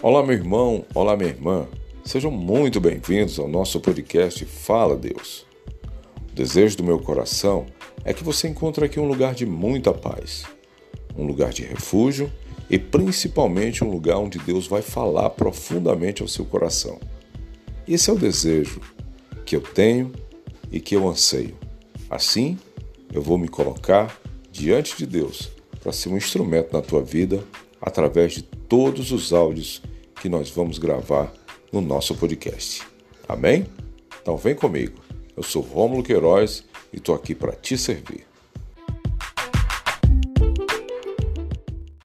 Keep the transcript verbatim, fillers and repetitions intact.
Olá, meu irmão, olá, minha irmã. Sejam muito bem-vindos ao nosso podcast Fala Deus. O desejo do meu coração é que você encontre aqui um lugar de muita paz, um lugar de refúgio e principalmente um lugar onde Deus vai falar profundamente ao seu coração. Esse é o desejo que eu tenho e que eu anseio. Assim, eu vou me colocar diante de Deus para ser um instrumento na tua vida através de todos os áudios que nós vamos gravar no nosso podcast. Amém? Então vem comigo. Eu sou Rômulo Queiroz e estou aqui para te servir.